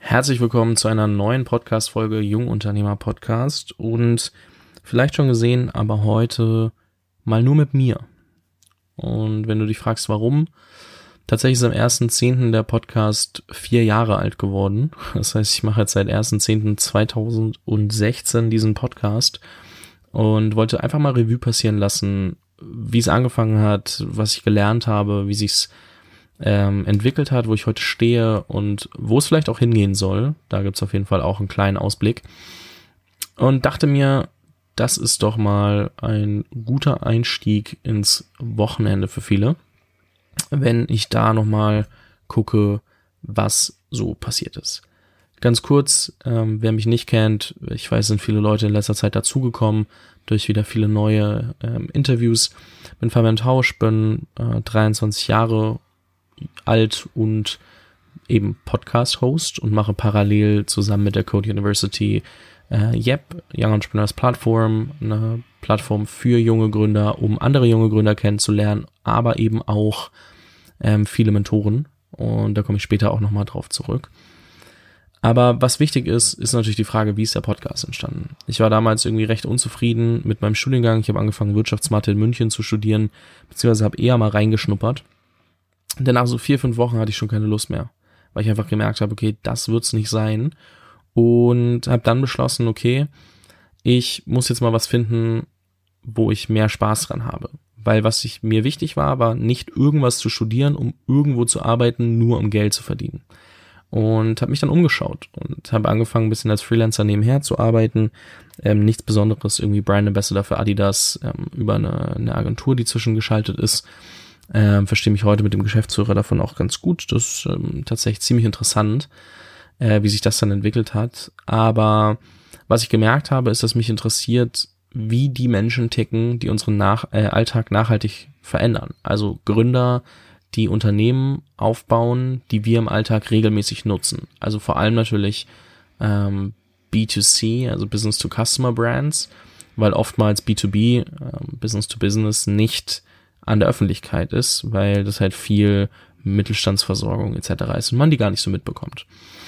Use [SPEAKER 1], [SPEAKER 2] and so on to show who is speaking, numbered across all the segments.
[SPEAKER 1] Herzlich willkommen zu einer neuen Podcast-Folge Jungunternehmer Podcast und vielleicht schon gesehen, aber heute mal nur mit mir. Und wenn du dich fragst, warum, tatsächlich ist am 1.10. der Podcast 4 Jahre alt geworden. Das heißt, ich mache jetzt seit 1.10.2016 diesen Podcast und wollte einfach mal Revue passieren lassen, wie es angefangen hat, was ich gelernt habe, wie sich's entwickelt hat, wo ich heute stehe und wo es vielleicht auch hingehen soll. Da gibt's auf jeden Fall auch einen kleinen Ausblick. Und dachte mir, das ist doch mal ein guter Einstieg ins Wochenende für viele, wenn ich da nochmal gucke, was so passiert ist. Ganz kurz, wer mich nicht kennt, ich weiß, sind viele Leute in letzter Zeit dazugekommen, durch wieder viele neue Interviews. Bin Fabian Tausch, bin 23 Jahre alt und eben Podcast-Host und mache parallel zusammen mit der Code University YEP, Young Entrepreneurs Platform, eine Plattform für junge Gründer, um andere junge Gründer kennenzulernen, aber eben auch viele Mentoren, und da komme ich später auch nochmal drauf zurück. Aber was wichtig ist, ist natürlich die Frage, wie ist der Podcast entstanden? Ich war damals irgendwie recht unzufrieden mit meinem Studiengang. Ich habe angefangen, Wirtschaftsmathe in München zu studieren, beziehungsweise habe eher mal reingeschnuppert. Denn nach so 4-5 Wochen hatte ich schon keine Lust mehr, weil ich einfach gemerkt habe, okay, das wird's nicht sein, und habe dann beschlossen, okay, ich muss jetzt mal was finden, wo ich mehr Spaß dran habe, weil mir wichtig war nicht irgendwas zu studieren, um irgendwo zu arbeiten, nur um Geld zu verdienen, und habe mich dann umgeschaut und habe angefangen, ein bisschen als Freelancer nebenher zu arbeiten, nichts Besonderes, irgendwie Brand Ambassador für Adidas, über eine Agentur, die zwischengeschaltet ist. Verstehe mich heute mit dem Geschäftsführer davon auch ganz gut. Das ist tatsächlich ziemlich interessant, wie sich das dann entwickelt hat. Aber was ich gemerkt habe, ist, dass mich interessiert, wie die Menschen ticken, die unseren Alltag nachhaltig verändern. Also Gründer, die Unternehmen aufbauen, die wir im Alltag regelmäßig nutzen. Also vor allem natürlich B2C, also Business-to-Customer-Brands, weil oftmals B2B, Business-to-Business, nicht an der Öffentlichkeit ist, weil das halt viel Mittelstandsversorgung etc. ist und man die gar nicht so mitbekommt.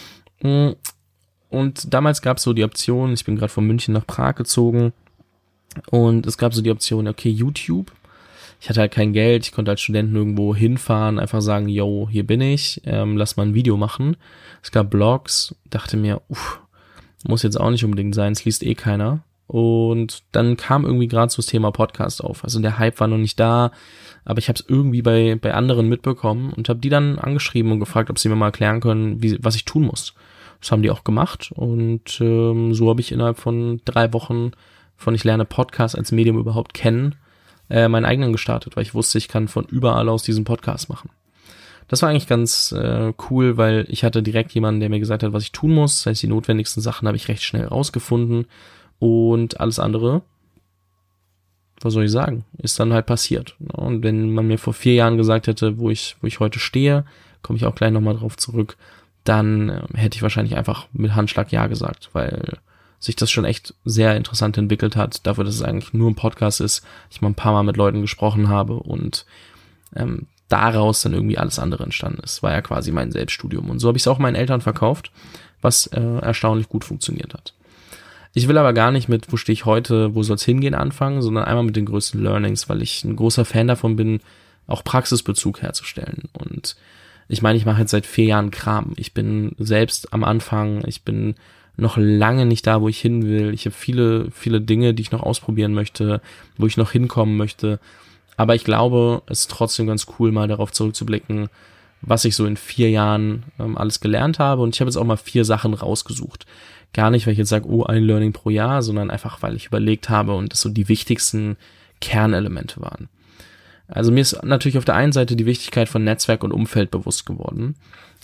[SPEAKER 1] Und damals gab es so die Option, ich bin gerade von München nach Prag gezogen, und es gab so die Option, okay, YouTube. Ich hatte halt kein Geld, ich konnte als Student nirgendwo hinfahren, einfach sagen, yo, hier bin ich, lass mal ein Video machen. Es gab Blogs, dachte mir, muss jetzt auch nicht unbedingt sein, es liest eh keiner. Und dann kam irgendwie gerade so das Thema Podcast auf. Also der Hype war noch nicht da, aber ich habe es irgendwie bei anderen mitbekommen und habe die dann angeschrieben und gefragt, ob sie mir mal erklären können, was ich tun muss. Das haben die auch gemacht, und so habe ich innerhalb von 3 Wochen von ich lerne Podcast als Medium überhaupt kennen, meinen eigenen gestartet, weil ich wusste, ich kann von überall aus diesen Podcast machen. Das war eigentlich ganz cool, weil ich hatte direkt jemanden, der mir gesagt hat, was ich tun muss. Das heißt, die notwendigsten Sachen habe ich recht schnell rausgefunden. Und alles andere, was soll ich sagen, ist dann halt passiert. Und wenn man mir vor 4 Jahren gesagt hätte, wo ich heute stehe, komme ich auch gleich nochmal drauf zurück, dann hätte ich wahrscheinlich einfach mit Handschlag Ja gesagt, weil sich das schon echt sehr interessant entwickelt hat, dafür, dass es eigentlich nur ein Podcast ist, ich mal ein paar Mal mit Leuten gesprochen habe und daraus dann irgendwie alles andere entstanden ist. War ja quasi mein Selbststudium. Und so habe ich es auch meinen Eltern verkauft, was erstaunlich gut funktioniert hat. Ich will aber gar nicht mit, wo stehe ich heute, wo soll es hingehen, anfangen, sondern einmal mit den größten Learnings, weil ich ein großer Fan davon bin, auch Praxisbezug herzustellen. Und ich meine, ich mache jetzt seit 4 Jahren Kram. Ich bin selbst am Anfang, ich bin noch lange nicht da, wo ich hin will. Ich habe viele, viele Dinge, die ich noch ausprobieren möchte, wo ich noch hinkommen möchte. Aber ich glaube, es ist trotzdem ganz cool, mal darauf zurückzublicken, was ich so in 4 Jahren alles gelernt habe. Und ich habe jetzt auch mal 4 Sachen rausgesucht. Gar nicht, weil ich jetzt sage, ein Learning pro Jahr, sondern einfach, weil ich überlegt habe und das so die wichtigsten Kernelemente waren. Also mir ist natürlich auf der einen Seite die Wichtigkeit von Netzwerk und Umfeld bewusst geworden.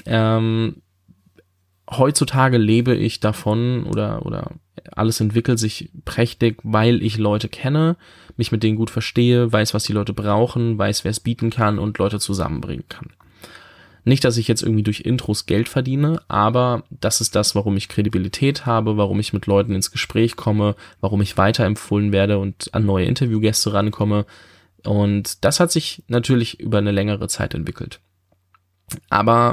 [SPEAKER 1] Heutzutage lebe ich davon oder alles entwickelt sich prächtig, weil ich Leute kenne, mich mit denen gut verstehe, weiß, was die Leute brauchen, weiß, wer es bieten kann und Leute zusammenbringen kann. Nicht, dass ich jetzt irgendwie durch Intros Geld verdiene, aber das ist das, warum ich Kredibilität habe, warum ich mit Leuten ins Gespräch komme, warum ich weiterempfohlen werde und an neue Interviewgäste rankomme. Und das hat sich natürlich über eine längere Zeit entwickelt. Aber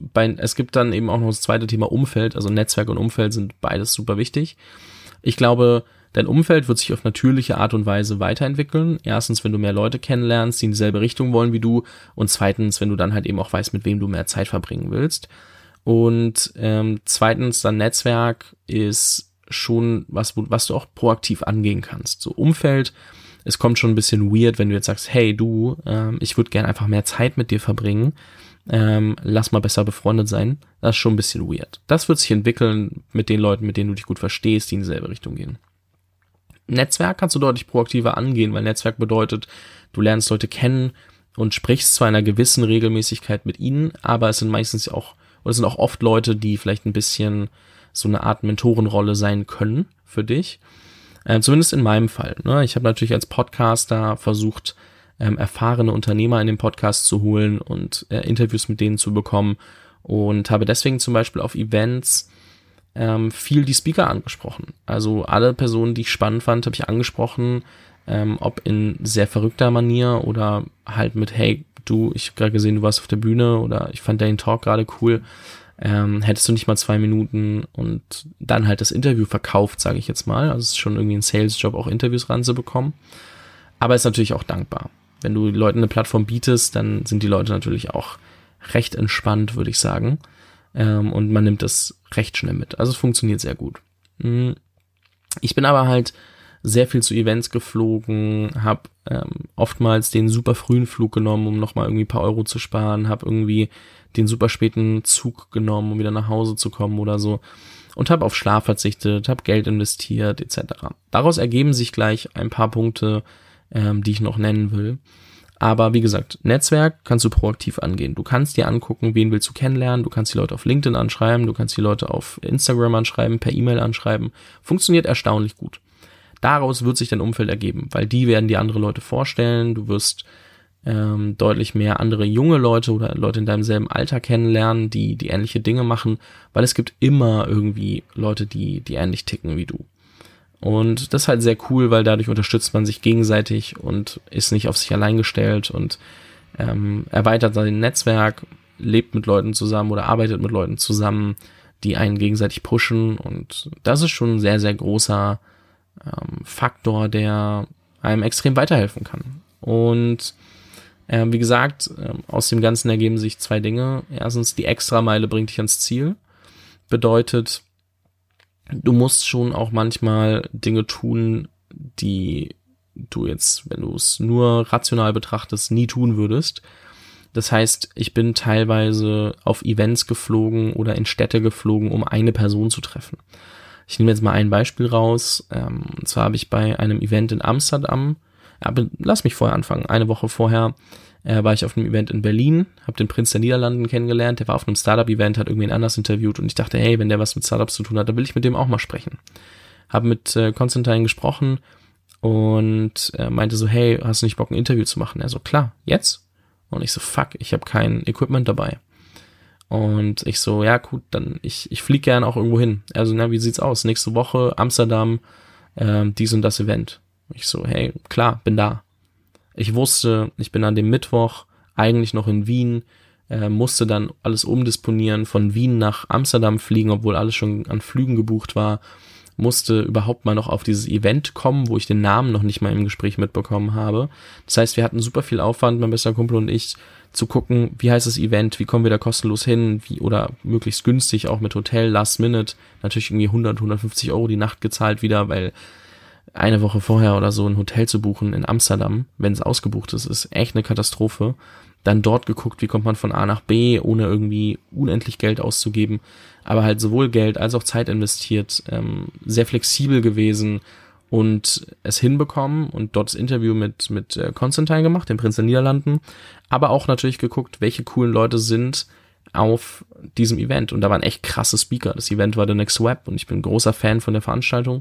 [SPEAKER 1] es gibt dann eben auch noch das zweite Thema Umfeld, also Netzwerk und Umfeld sind beides super wichtig. Ich glaube, dein Umfeld wird sich auf natürliche Art und Weise weiterentwickeln. Erstens, wenn du mehr Leute kennenlernst, die in dieselbe Richtung wollen wie du, und zweitens, wenn du dann halt eben auch weißt, mit wem du mehr Zeit verbringen willst. Und zweitens, dann Netzwerk ist schon was du auch proaktiv angehen kannst. So Umfeld, es kommt schon ein bisschen weird, wenn du jetzt sagst, hey du, ich würde gerne einfach mehr Zeit mit dir verbringen, lass mal besser befreundet sein. Das ist schon ein bisschen weird. Das wird sich entwickeln mit den Leuten, mit denen du dich gut verstehst, die in dieselbe Richtung gehen. Netzwerk kannst du deutlich proaktiver angehen, weil Netzwerk bedeutet, du lernst Leute kennen und sprichst zu einer gewissen Regelmäßigkeit mit ihnen, aber es sind meistens auch, oder es sind auch oft Leute, die vielleicht ein bisschen so eine Art Mentorenrolle sein können für dich. Zumindest in meinem Fall. Ne? Ich habe natürlich als Podcaster versucht, erfahrene Unternehmer in den Podcast zu holen und Interviews mit denen zu bekommen und habe deswegen zum Beispiel auf Events viel die Speaker angesprochen. Also alle Personen, die ich spannend fand, habe ich angesprochen, ob in sehr verrückter Manier oder halt mit, hey, du, ich habe gerade gesehen, du warst auf der Bühne oder ich fand deinen Talk gerade cool, hättest du nicht mal 2 Minuten und dann halt das Interview verkauft, sage ich jetzt mal. Also es ist schon irgendwie ein Sales-Job, auch Interviews ranzubekommen. Aber ist natürlich auch dankbar. Wenn du Leuten eine Plattform bietest, dann sind die Leute natürlich auch recht entspannt, würde ich sagen. Und man nimmt das recht schnell mit. Also es funktioniert sehr gut. Ich bin aber halt sehr viel zu Events geflogen, habe oftmals den super frühen Flug genommen, um nochmal irgendwie ein paar Euro zu sparen, habe irgendwie den super späten Zug genommen, um wieder nach Hause zu kommen oder so und habe auf Schlaf verzichtet, habe Geld investiert etc. Daraus ergeben sich gleich ein paar Punkte, die ich noch nennen will. Aber wie gesagt, Netzwerk kannst du proaktiv angehen. Du kannst dir angucken, wen willst du kennenlernen. Du kannst die Leute auf LinkedIn anschreiben, du kannst die Leute auf Instagram anschreiben, per E-Mail anschreiben. Funktioniert erstaunlich gut. Daraus wird sich dein Umfeld ergeben, weil die werden dir andere Leute vorstellen. Du wirst deutlich mehr andere junge Leute oder Leute in deinem selben Alter kennenlernen, die ähnliche Dinge machen, weil es gibt immer irgendwie Leute, die ähnlich ticken wie du. Und das ist halt sehr cool, weil dadurch unterstützt man sich gegenseitig und ist nicht auf sich allein gestellt und erweitert sein Netzwerk, lebt mit Leuten zusammen oder arbeitet mit Leuten zusammen, die einen gegenseitig pushen. Und das ist schon ein sehr, sehr großer Faktor, der einem extrem weiterhelfen kann. Und wie gesagt, aus dem Ganzen ergeben sich 2 Dinge. Erstens, die Extrameile bringt dich ans Ziel. Bedeutet, du musst schon auch manchmal Dinge tun, die du jetzt, wenn du es nur rational betrachtest, nie tun würdest. Das heißt, ich bin teilweise auf Events geflogen oder in Städte geflogen, um eine Person zu treffen. Ich nehme jetzt mal ein Beispiel raus. Und zwar habe ich bei einem Event in Amsterdam, lass mich vorher anfangen, eine Woche vorher war ich auf einem Event in Berlin, habe den Prinz der Niederlanden kennengelernt, der war auf einem Startup-Event, hat irgendwen anders interviewt und ich dachte, hey, wenn der was mit Startups zu tun hat, dann will ich mit dem auch mal sprechen. Habe mit Konstantin gesprochen und meinte so, hey, hast du nicht Bock, ein Interview zu machen? Er so, klar, jetzt? Und ich so, fuck, ich habe kein Equipment dabei. Und ich so, ja gut, dann ich fliege gerne auch irgendwo hin. Also, na, wie sieht's aus? Nächste Woche, Amsterdam, dies und das Event. Ich so, hey, klar, bin da. Ich wusste, ich bin an dem Mittwoch eigentlich noch in Wien, musste dann alles umdisponieren, von Wien nach Amsterdam fliegen, obwohl alles schon an Flügen gebucht war, musste überhaupt mal noch auf dieses Event kommen, wo ich den Namen noch nicht mal im Gespräch mitbekommen habe. Das heißt, wir hatten super viel Aufwand, mein bester Kumpel und ich, zu gucken, wie heißt das Event, wie kommen wir da kostenlos hin, wie oder möglichst günstig, auch mit Hotel, Last Minute, natürlich irgendwie 150 Euro die Nacht gezahlt wieder, weil eine Woche vorher oder so ein Hotel zu buchen in Amsterdam, wenn es ausgebucht ist echt eine Katastrophe. Dann dort geguckt, wie kommt man von A nach B, ohne irgendwie unendlich Geld auszugeben, aber halt sowohl Geld als auch Zeit investiert, sehr flexibel gewesen und es hinbekommen und dort das Interview mit Konstantin gemacht, dem Prinz der Niederlanden, aber auch natürlich geguckt, welche coolen Leute sind auf diesem Event und da waren echt krasse Speaker. Das Event war The Next Web und ich bin großer Fan von der Veranstaltung.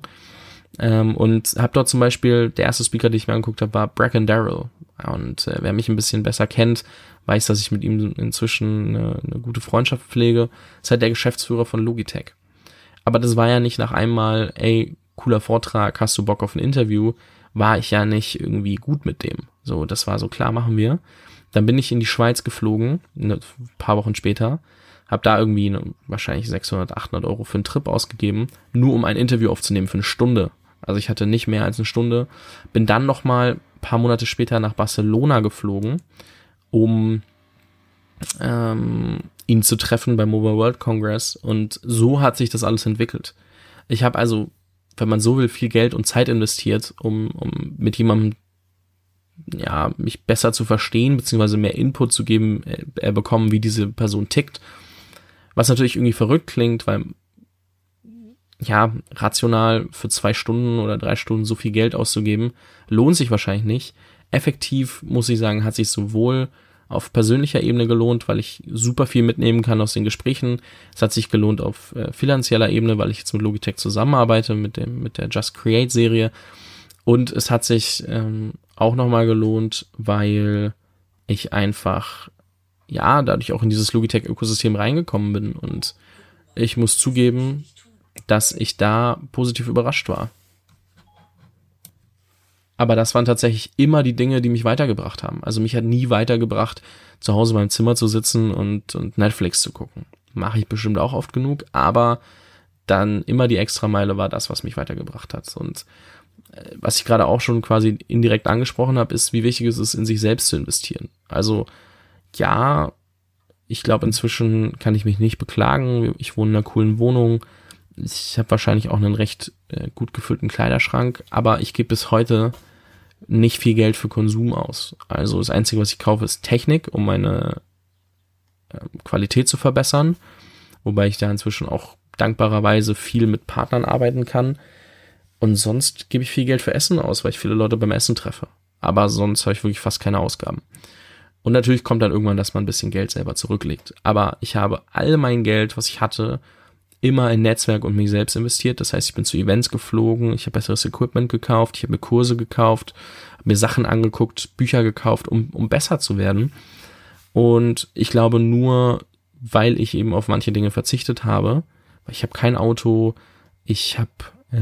[SPEAKER 1] Und habe dort zum Beispiel, der erste Speaker, den ich mir angeguckt habe, war Bracken Darrell. Und wer mich ein bisschen besser kennt, weiß, dass ich mit ihm inzwischen eine gute Freundschaft pflege. Das ist halt der Geschäftsführer von Logitech. Aber das war ja nicht nach einmal, ey, cooler Vortrag, hast du Bock auf ein Interview, war ich ja nicht irgendwie gut mit dem. So, das war so, klar, machen wir. Dann bin ich in die Schweiz geflogen, ein paar Wochen später, habe da irgendwie wahrscheinlich 600, 800 Euro für einen Trip ausgegeben, nur um ein Interview aufzunehmen für eine Stunde. Also ich hatte nicht mehr als eine Stunde. Bin dann nochmal ein paar Monate später nach Barcelona geflogen, um ihn zu treffen beim Mobile World Congress. Und so hat sich das alles entwickelt. Ich habe also, wenn man so will, viel Geld und Zeit investiert, um mit jemandem mich besser zu verstehen, beziehungsweise mehr Input zu geben, bekommen, wie diese Person tickt. Was natürlich irgendwie verrückt klingt, weil rational für 2 Stunden oder 3 Stunden so viel Geld auszugeben, lohnt sich wahrscheinlich nicht. Effektiv, muss ich sagen, hat sich sowohl auf persönlicher Ebene gelohnt, weil ich super viel mitnehmen kann aus den Gesprächen. Es hat sich gelohnt auf finanzieller Ebene, weil ich jetzt mit Logitech zusammenarbeite, mit der Just Create Serie. Und es hat sich auch nochmal gelohnt, weil ich einfach, dadurch auch in dieses Logitech-Ökosystem reingekommen bin. Und ich muss zugeben, dass ich da positiv überrascht war. Aber das waren tatsächlich immer die Dinge, die mich weitergebracht haben. Also mich hat nie weitergebracht, zu Hause in meinem Zimmer zu sitzen und Netflix zu gucken. Mache ich bestimmt auch oft genug, aber dann immer die Extrameile war das, was mich weitergebracht hat. Und was ich gerade auch schon quasi indirekt angesprochen habe, ist, wie wichtig es ist, in sich selbst zu investieren. Also ich glaube, inzwischen kann ich mich nicht beklagen. Ich wohne in einer coolen Wohnung. Ich habe wahrscheinlich auch einen recht gut gefüllten Kleiderschrank, aber ich gebe bis heute nicht viel Geld für Konsum aus. Also das Einzige, was ich kaufe, ist Technik, um meine Qualität zu verbessern, wobei ich da inzwischen auch dankbarerweise viel mit Partnern arbeiten kann. Und sonst gebe ich viel Geld für Essen aus, weil ich viele Leute beim Essen treffe. Aber sonst habe ich wirklich fast keine Ausgaben. Und natürlich kommt dann irgendwann, dass man ein bisschen Geld selber zurücklegt. Aber ich habe all mein Geld, was ich hatte, immer in Netzwerk und mich selbst investiert. Das heißt, ich bin zu Events geflogen, ich habe besseres Equipment gekauft, ich habe mir Kurse gekauft, habe mir Sachen angeguckt, Bücher gekauft, um besser zu werden. Und ich glaube, nur weil ich eben auf manche Dinge verzichtet habe, weil ich habe kein Auto, ich habe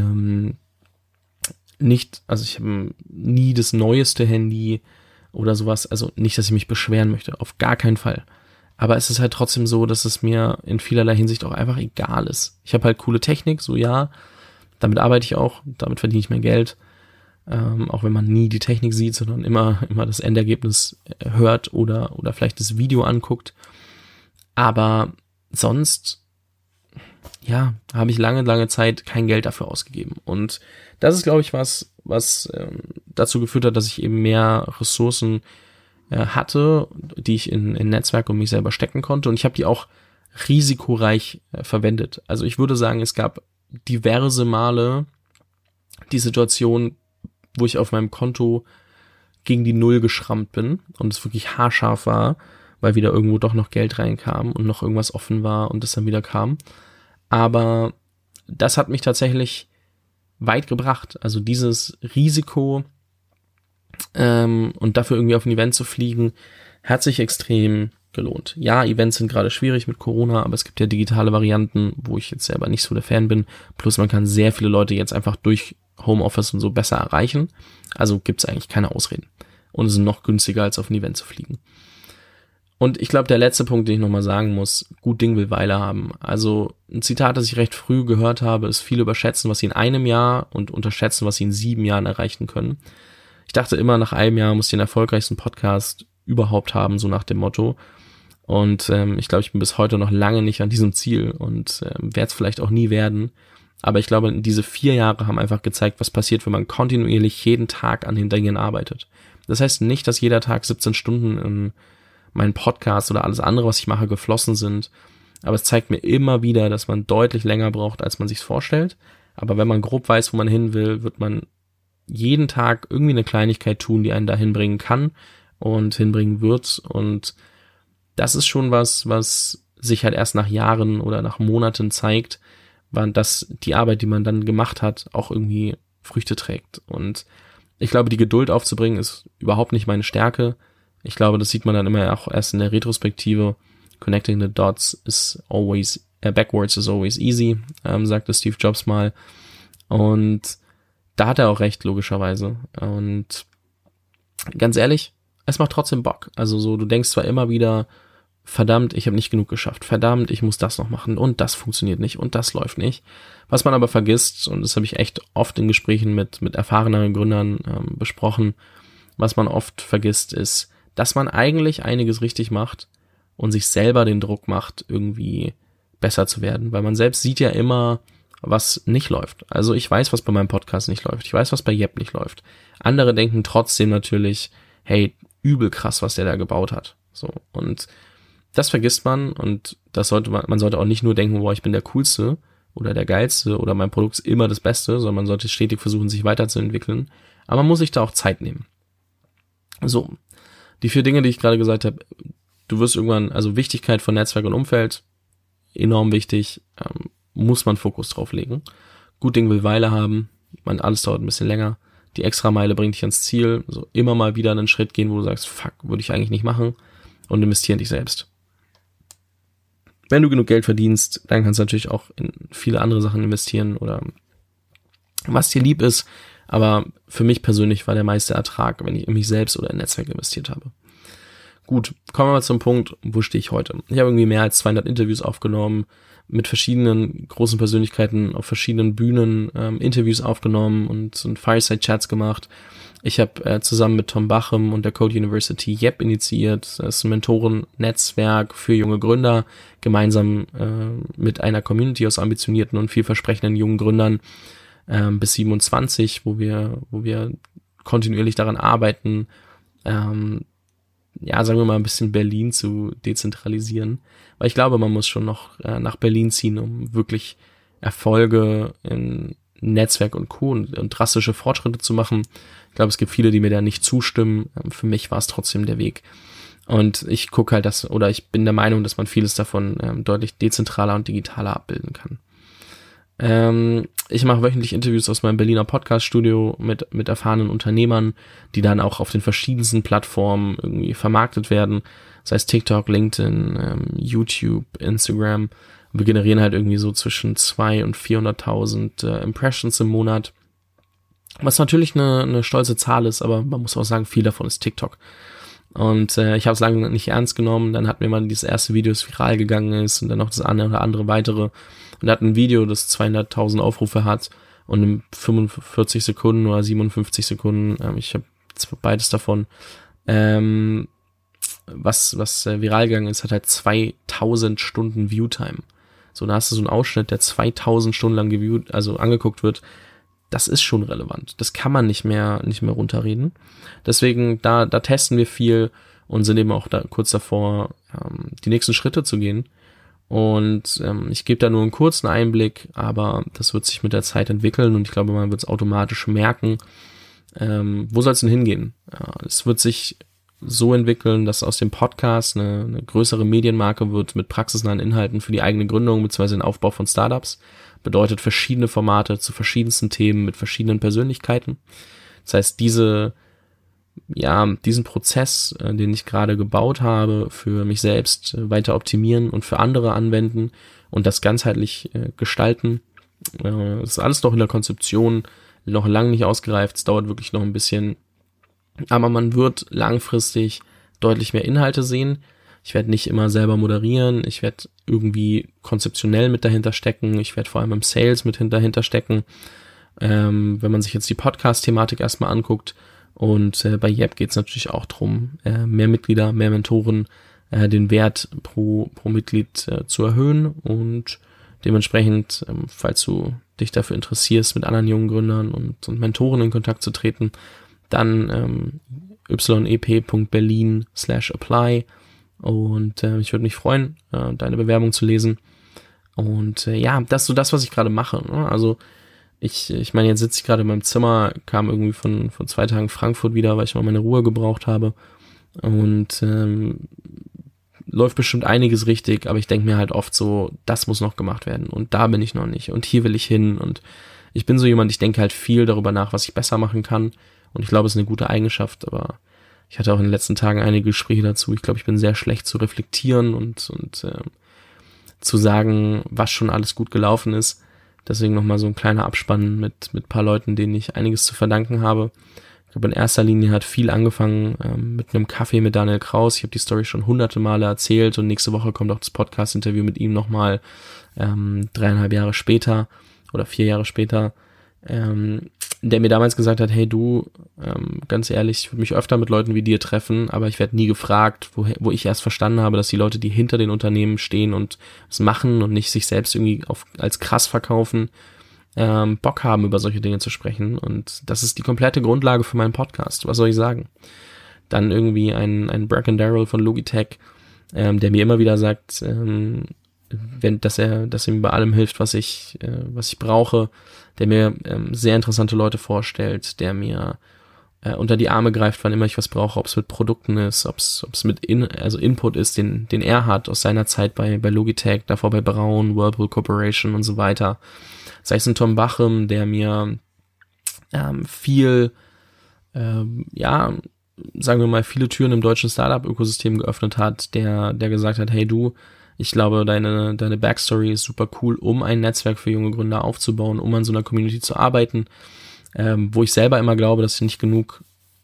[SPEAKER 1] ich habe nie das neueste Handy oder sowas, also nicht, dass ich mich beschweren möchte, auf gar keinen Fall. Aber es ist halt trotzdem so, dass es mir in vielerlei Hinsicht auch einfach egal ist. Ich habe halt coole Technik, damit arbeite ich auch, damit verdiene ich mein Geld, auch wenn man nie die Technik sieht, sondern immer das Endergebnis hört oder vielleicht das Video anguckt. Aber sonst, habe ich lange Zeit kein Geld dafür ausgegeben. Und das ist, glaube ich, was dazu geführt hat, dass ich eben mehr Ressourcen hatte, die ich in Netzwerk und mich selber stecken konnte. Und ich habe die auch risikoreich verwendet. Also ich würde sagen, es gab diverse Male die Situation, wo ich auf meinem Konto gegen die Null geschrammt bin und es wirklich haarscharf war, weil wieder irgendwo doch noch Geld reinkam und noch irgendwas offen war und es dann wieder kam. Aber das hat mich tatsächlich weit gebracht. Also dieses Risiko und dafür irgendwie auf ein Event zu fliegen, hat sich extrem gelohnt. Ja, Events sind gerade schwierig mit Corona, aber es gibt ja digitale Varianten, wo ich jetzt selber nicht so der Fan bin. Plus man kann sehr viele Leute jetzt einfach durch Homeoffice und so besser erreichen. Also gibt es eigentlich keine Ausreden. Und es ist noch günstiger, als auf ein Event zu fliegen. Und ich glaube, der letzte Punkt, den ich nochmal sagen muss, gut Ding will Weile haben. Also ein Zitat, das ich recht früh gehört habe, ist: viele überschätzen, was sie in einem Jahr und unterschätzen, was sie in 7 Jahren erreichen können. Ich dachte immer, nach einem Jahr muss ich den erfolgreichsten Podcast überhaupt haben, so nach dem Motto. Und ich glaube, ich bin bis heute noch lange nicht an diesem Ziel und werde es vielleicht auch nie werden. Aber ich glaube, diese 4 Jahre haben einfach gezeigt, was passiert, wenn man kontinuierlich jeden Tag an den Dingen arbeitet. Das heißt nicht, dass jeder Tag 17 Stunden in meinen Podcast oder alles andere, was ich mache, geflossen sind. Aber es zeigt mir immer wieder, dass man deutlich länger braucht, als man sich vorstellt. Aber wenn man grob weiß, wo man hin will, wird man jeden Tag irgendwie eine Kleinigkeit tun, die einen dahin bringen kann und hinbringen wird. Und das ist schon was sich halt erst nach Jahren oder nach Monaten zeigt, dass die Arbeit, die man dann gemacht hat, auch irgendwie Früchte trägt. Und ich glaube, die Geduld aufzubringen ist überhaupt nicht meine Stärke. Ich glaube, das sieht man dann immer auch erst in der Retrospektive. Connecting the dots is always, backwards is always easy, sagte Steve Jobs mal. Und da hat er auch recht, logischerweise. Und ganz ehrlich, es macht trotzdem Bock. Also so, du denkst zwar immer wieder, verdammt, ich habe nicht genug geschafft, verdammt, ich muss das noch machen und das funktioniert nicht und das läuft nicht. Was man aber vergisst, und das habe ich echt oft in Gesprächen mit erfahreneren Gründern besprochen, was man oft vergisst, ist, dass man eigentlich einiges richtig macht und sich selber den Druck macht, irgendwie besser zu werden, weil man selbst sieht ja immer, was nicht läuft. Also ich weiß, was bei meinem Podcast nicht läuft. Ich weiß, was bei Yep nicht läuft. Andere denken trotzdem natürlich, hey, übel krass, was der da gebaut hat. So, und das vergisst man, und das sollte man sollte auch nicht nur denken, boah, ich bin der Coolste oder der Geilste oder mein Produkt ist immer das Beste, sondern man sollte stetig versuchen, sich weiterzuentwickeln. Aber man muss sich da auch Zeit nehmen. So, die 4 Dinge, die ich gerade gesagt habe, du wirst irgendwann, also Wichtigkeit von Netzwerk und Umfeld, enorm wichtig, muss man Fokus drauf legen. Gut Ding will Weile haben, alles dauert ein bisschen länger. Die Extrameile bringt dich ans Ziel, so immer mal wieder einen Schritt gehen, wo du sagst, fuck, würde ich eigentlich nicht machen, und investieren in dich selbst. Wenn du genug Geld verdienst, dann kannst du natürlich auch in viele andere Sachen investieren oder was dir lieb ist, aber für mich persönlich war der meiste Ertrag, wenn ich in mich selbst oder in Netzwerk investiert habe. Gut, kommen wir mal zum Punkt, wo stehe ich heute? Ich habe irgendwie mehr als 200 Interviews aufgenommen, mit verschiedenen großen Persönlichkeiten auf verschiedenen Bühnen Interviews aufgenommen und Fireside-Chats gemacht. Ich habe zusammen mit Tom Bachem und der Code University Yep initiiert. Das ist ein Mentoren-Netzwerk für junge Gründer, gemeinsam mit einer Community aus ambitionierten und vielversprechenden jungen Gründern bis 27, wo wir kontinuierlich daran arbeiten, sagen wir mal, ein bisschen Berlin zu dezentralisieren. Weil ich glaube, man muss schon noch nach Berlin ziehen, um wirklich Erfolge in Netzwerk und Co. und drastische Fortschritte zu machen. Ich glaube, es gibt viele, die mir da nicht zustimmen. Für mich war es trotzdem der Weg. Und ich gucke halt ich bin der Meinung, dass man vieles davon deutlich dezentraler und digitaler abbilden kann. Ich mache wöchentlich Interviews aus meinem Berliner Podcast-Studio mit erfahrenen Unternehmern, die dann auch auf den verschiedensten Plattformen irgendwie vermarktet werden. Das heißt TikTok, LinkedIn, YouTube, Instagram. Wir generieren halt irgendwie so zwischen 200.000 und 400.000 Impressions im Monat. Was natürlich eine stolze Zahl ist, aber man muss auch sagen, viel davon ist TikTok. Und ich habe es lange nicht ernst genommen. Dann hatten wir mal dieses erste Video, das viral gegangen ist, und dann noch das andere weitere. Und er hat ein Video, das 200.000 Aufrufe hat, und in 45 Sekunden oder 57 Sekunden, ich habe beides davon, was viral gegangen ist, hat halt 2000 Stunden Viewtime. So, da hast du so einen Ausschnitt, der 2000 Stunden lang angeguckt wird. Das ist schon relevant. Das kann man nicht mehr runterreden. Deswegen, da testen wir viel und sind eben auch da kurz davor, die nächsten Schritte zu gehen. Und ich gebe da nur einen kurzen Einblick, aber das wird sich mit der Zeit entwickeln, und ich glaube, man wird es automatisch merken. Wo soll es denn hingehen? Es wird sich so entwickeln, dass aus dem Podcast eine größere Medienmarke wird mit praxisnahen Inhalten für die eigene Gründung bzw. den Aufbau von Startups. Bedeutet verschiedene Formate zu verschiedensten Themen mit verschiedenen Persönlichkeiten. Das heißt, diesen Prozess, den ich gerade gebaut habe, für mich selbst weiter optimieren und für andere anwenden und das ganzheitlich gestalten. Das ist alles noch in der Konzeption, noch lange nicht ausgereift. Es dauert wirklich noch ein bisschen. Aber man wird langfristig deutlich mehr Inhalte sehen. Ich werde nicht immer selber moderieren. Ich werde irgendwie konzeptionell mit dahinter stecken. Ich werde vor allem im Sales mit dahinter stecken. Wenn man sich jetzt die Podcast-Thematik erstmal anguckt. Und bei Yep geht es natürlich auch drum, mehr Mitglieder, mehr Mentoren, den Wert pro Mitglied zu erhöhen. Und dementsprechend, falls du dich dafür interessierst, mit anderen jungen Gründern und Mentoren in Kontakt zu treten, dann yep.berlin/apply, und ich würde mich freuen, deine Bewerbung zu lesen. Und das ist so das, was ich gerade mache. Ne? Also ich meine, jetzt sitze ich gerade in meinem Zimmer, kam irgendwie von 2 Tagen Frankfurt wieder, weil ich mal meine Ruhe gebraucht habe, und läuft bestimmt einiges richtig, aber ich denke mir halt oft so, das muss noch gemacht werden und da bin ich noch nicht und hier will ich hin, und ich bin so jemand, ich denke halt viel darüber nach, was ich besser machen kann. Und ich glaube, es ist eine gute Eigenschaft, aber ich hatte auch in den letzten Tagen einige Gespräche dazu. Ich glaube, ich bin sehr schlecht zu reflektieren und zu sagen, was schon alles gut gelaufen ist. Deswegen nochmal so ein kleiner Abspann mit ein paar Leuten, denen ich einiges zu verdanken habe. Ich glaube, in erster Linie hat viel angefangen mit einem Kaffee mit Daniel Kraus. Ich habe die Story schon hunderte Male erzählt und nächste Woche kommt auch das Podcast-Interview mit ihm nochmal 3,5 Jahre später oder 4 Jahre später, der mir damals gesagt hat, hey du, ganz ehrlich, ich würde mich öfter mit Leuten wie dir treffen, aber ich werde nie gefragt, wo ich erst verstanden habe, dass die Leute, die hinter den Unternehmen stehen und es machen und nicht sich selbst irgendwie als krass verkaufen, Bock haben, über solche Dinge zu sprechen. Und das ist die komplette Grundlage für meinen Podcast. Was soll ich sagen? Dann irgendwie ein Bracken Darrell von Logitech, der mir immer wieder sagt, dass er mir bei allem hilft, was ich brauche, der mir sehr interessante Leute vorstellt, der mir unter die Arme greift, wann immer ich was brauche, ob es mit Produkten ist, ob es mit Input ist, den er hat aus seiner Zeit bei Logitech, davor bei Braun, Whirlpool Corporation und so weiter. Sei es ein Tom Bachem, der mir viel, sagen wir mal, viele Türen im deutschen Startup-Ökosystem geöffnet hat, der gesagt hat, hey du, ich glaube, deine Backstory ist super cool, um ein Netzwerk für junge Gründer aufzubauen, um an so einer Community zu arbeiten, wo ich selber immer glaube, dass nicht genug,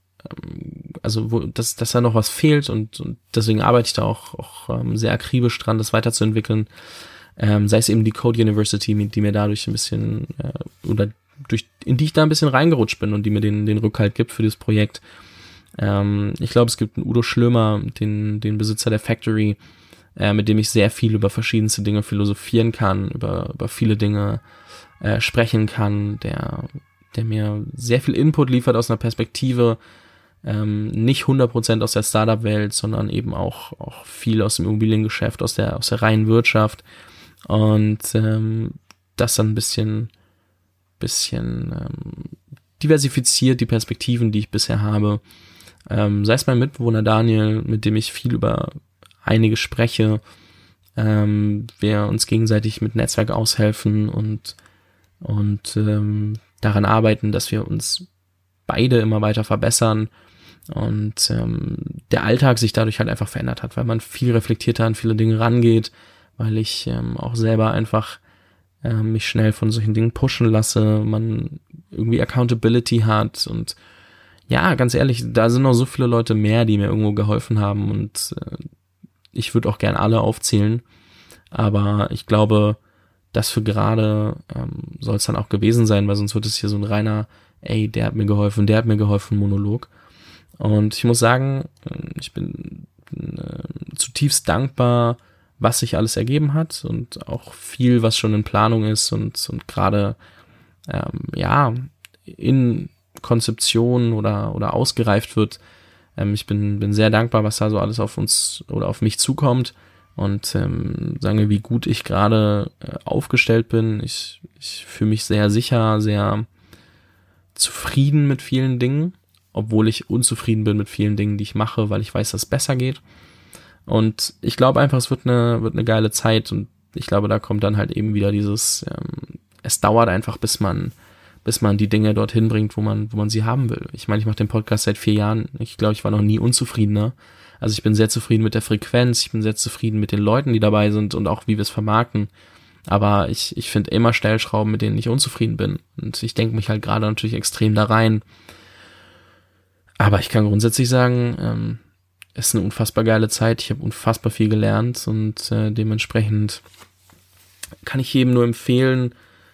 [SPEAKER 1] dass da noch was fehlt und deswegen arbeite ich da auch sehr akribisch dran, das weiterzuentwickeln. Sei es eben die Code University, die mir dadurch ein bisschen, in die ich da ein bisschen reingerutscht bin und die mir den Rückhalt gibt für das Projekt. Ich glaube, es gibt einen Udo Schlömer, den Besitzer der Factory, mit dem ich sehr viel über verschiedenste Dinge philosophieren kann, über viele Dinge sprechen kann, der mir sehr viel Input liefert aus einer Perspektive, nicht 100% aus der Startup-Welt, sondern eben auch viel aus dem Immobiliengeschäft, aus der reinen Wirtschaft und das dann ein bisschen diversifiziert, die Perspektiven, die ich bisher habe. Sei es mein Mitbewohner Daniel, mit dem ich viel über einige spreche, wir uns gegenseitig mit Netzwerk aushelfen und daran arbeiten, dass wir uns beide immer weiter verbessern und der Alltag sich dadurch halt einfach verändert hat, weil man viel reflektierter an viele Dinge rangeht, weil ich auch selber einfach mich schnell von solchen Dingen pushen lasse, man irgendwie Accountability hat und ja, ganz ehrlich, da sind noch so viele Leute mehr, die mir irgendwo geholfen haben und ich würde auch gern alle aufzählen, aber ich glaube, das für gerade soll es dann auch gewesen sein, weil sonst wird es hier so ein reiner, ey, der hat mir geholfen, Monolog. Und ich muss sagen, ich bin zutiefst dankbar, was sich alles ergeben hat und auch viel, was schon in Planung ist und gerade in Konzeption oder ausgereift wird. Ich bin sehr dankbar, was da so alles auf uns oder auf mich zukommt und sagen wir, wie gut ich gerade aufgestellt bin. Ich fühle mich sehr sicher, sehr zufrieden mit vielen Dingen, obwohl ich unzufrieden bin mit vielen Dingen, die ich mache, weil ich weiß, dass es besser geht. Und ich glaube einfach, es wird eine geile Zeit und ich glaube, da kommt dann halt eben wieder dieses, es dauert einfach, bis man die Dinge dorthin bringt, wo man sie haben will. Ich meine, ich mache den Podcast seit 4 Jahren. Ich glaube, ich war noch nie unzufriedener. Also ich bin sehr zufrieden mit der Frequenz, ich bin sehr zufrieden mit den Leuten, die dabei sind und auch, wie wir es vermarkten. Aber ich finde immer Stellschrauben, mit denen ich unzufrieden bin. Und ich denke mich halt gerade natürlich extrem da rein. Aber ich kann grundsätzlich sagen, es ist eine unfassbar geile Zeit. Ich habe unfassbar viel gelernt und dementsprechend kann ich jedem nur empfehlen,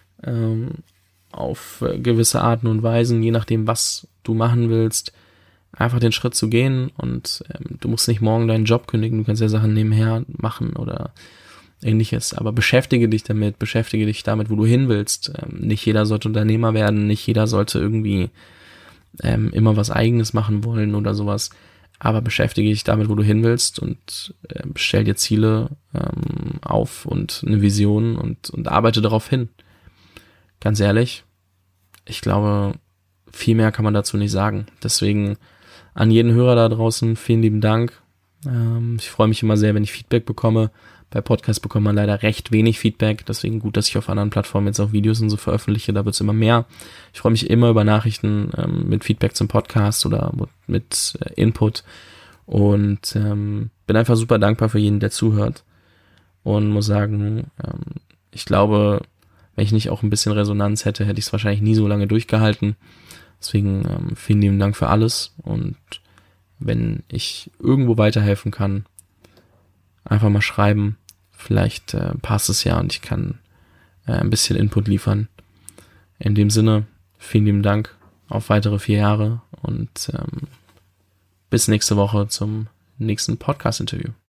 [SPEAKER 1] auf gewisse Arten und Weisen, je nachdem, was du machen willst, einfach den Schritt zu gehen und du musst nicht morgen deinen Job kündigen, du kannst ja Sachen nebenher machen oder ähnliches, aber beschäftige dich damit, wo du hin willst. Nicht jeder sollte Unternehmer werden, nicht jeder sollte irgendwie immer was Eigenes machen wollen oder sowas, aber beschäftige dich damit, wo du hin willst und stell dir Ziele auf und eine Vision und arbeite darauf hin. Ganz ehrlich, ich glaube, viel mehr kann man dazu nicht sagen. Deswegen an jeden Hörer da draußen vielen lieben Dank. Ich freue mich immer sehr, wenn ich Feedback bekomme. Bei Podcasts bekommt man leider recht wenig Feedback. Deswegen gut, dass ich auf anderen Plattformen jetzt auch Videos und so veröffentliche. Da wird es immer mehr. Ich freue mich immer über Nachrichten mit Feedback zum Podcast oder mit Input. Und bin einfach super dankbar für jeden, der zuhört. Und muss sagen, ich glaube, wenn ich nicht auch ein bisschen Resonanz hätte, hätte ich es wahrscheinlich nie so lange durchgehalten. Deswegen vielen lieben Dank für alles, und wenn ich irgendwo weiterhelfen kann, einfach mal schreiben. Vielleicht passt es ja und ich kann ein bisschen Input liefern. In dem Sinne, vielen lieben Dank auf weitere 4 Jahre und bis nächste Woche zum nächsten Podcast-Interview.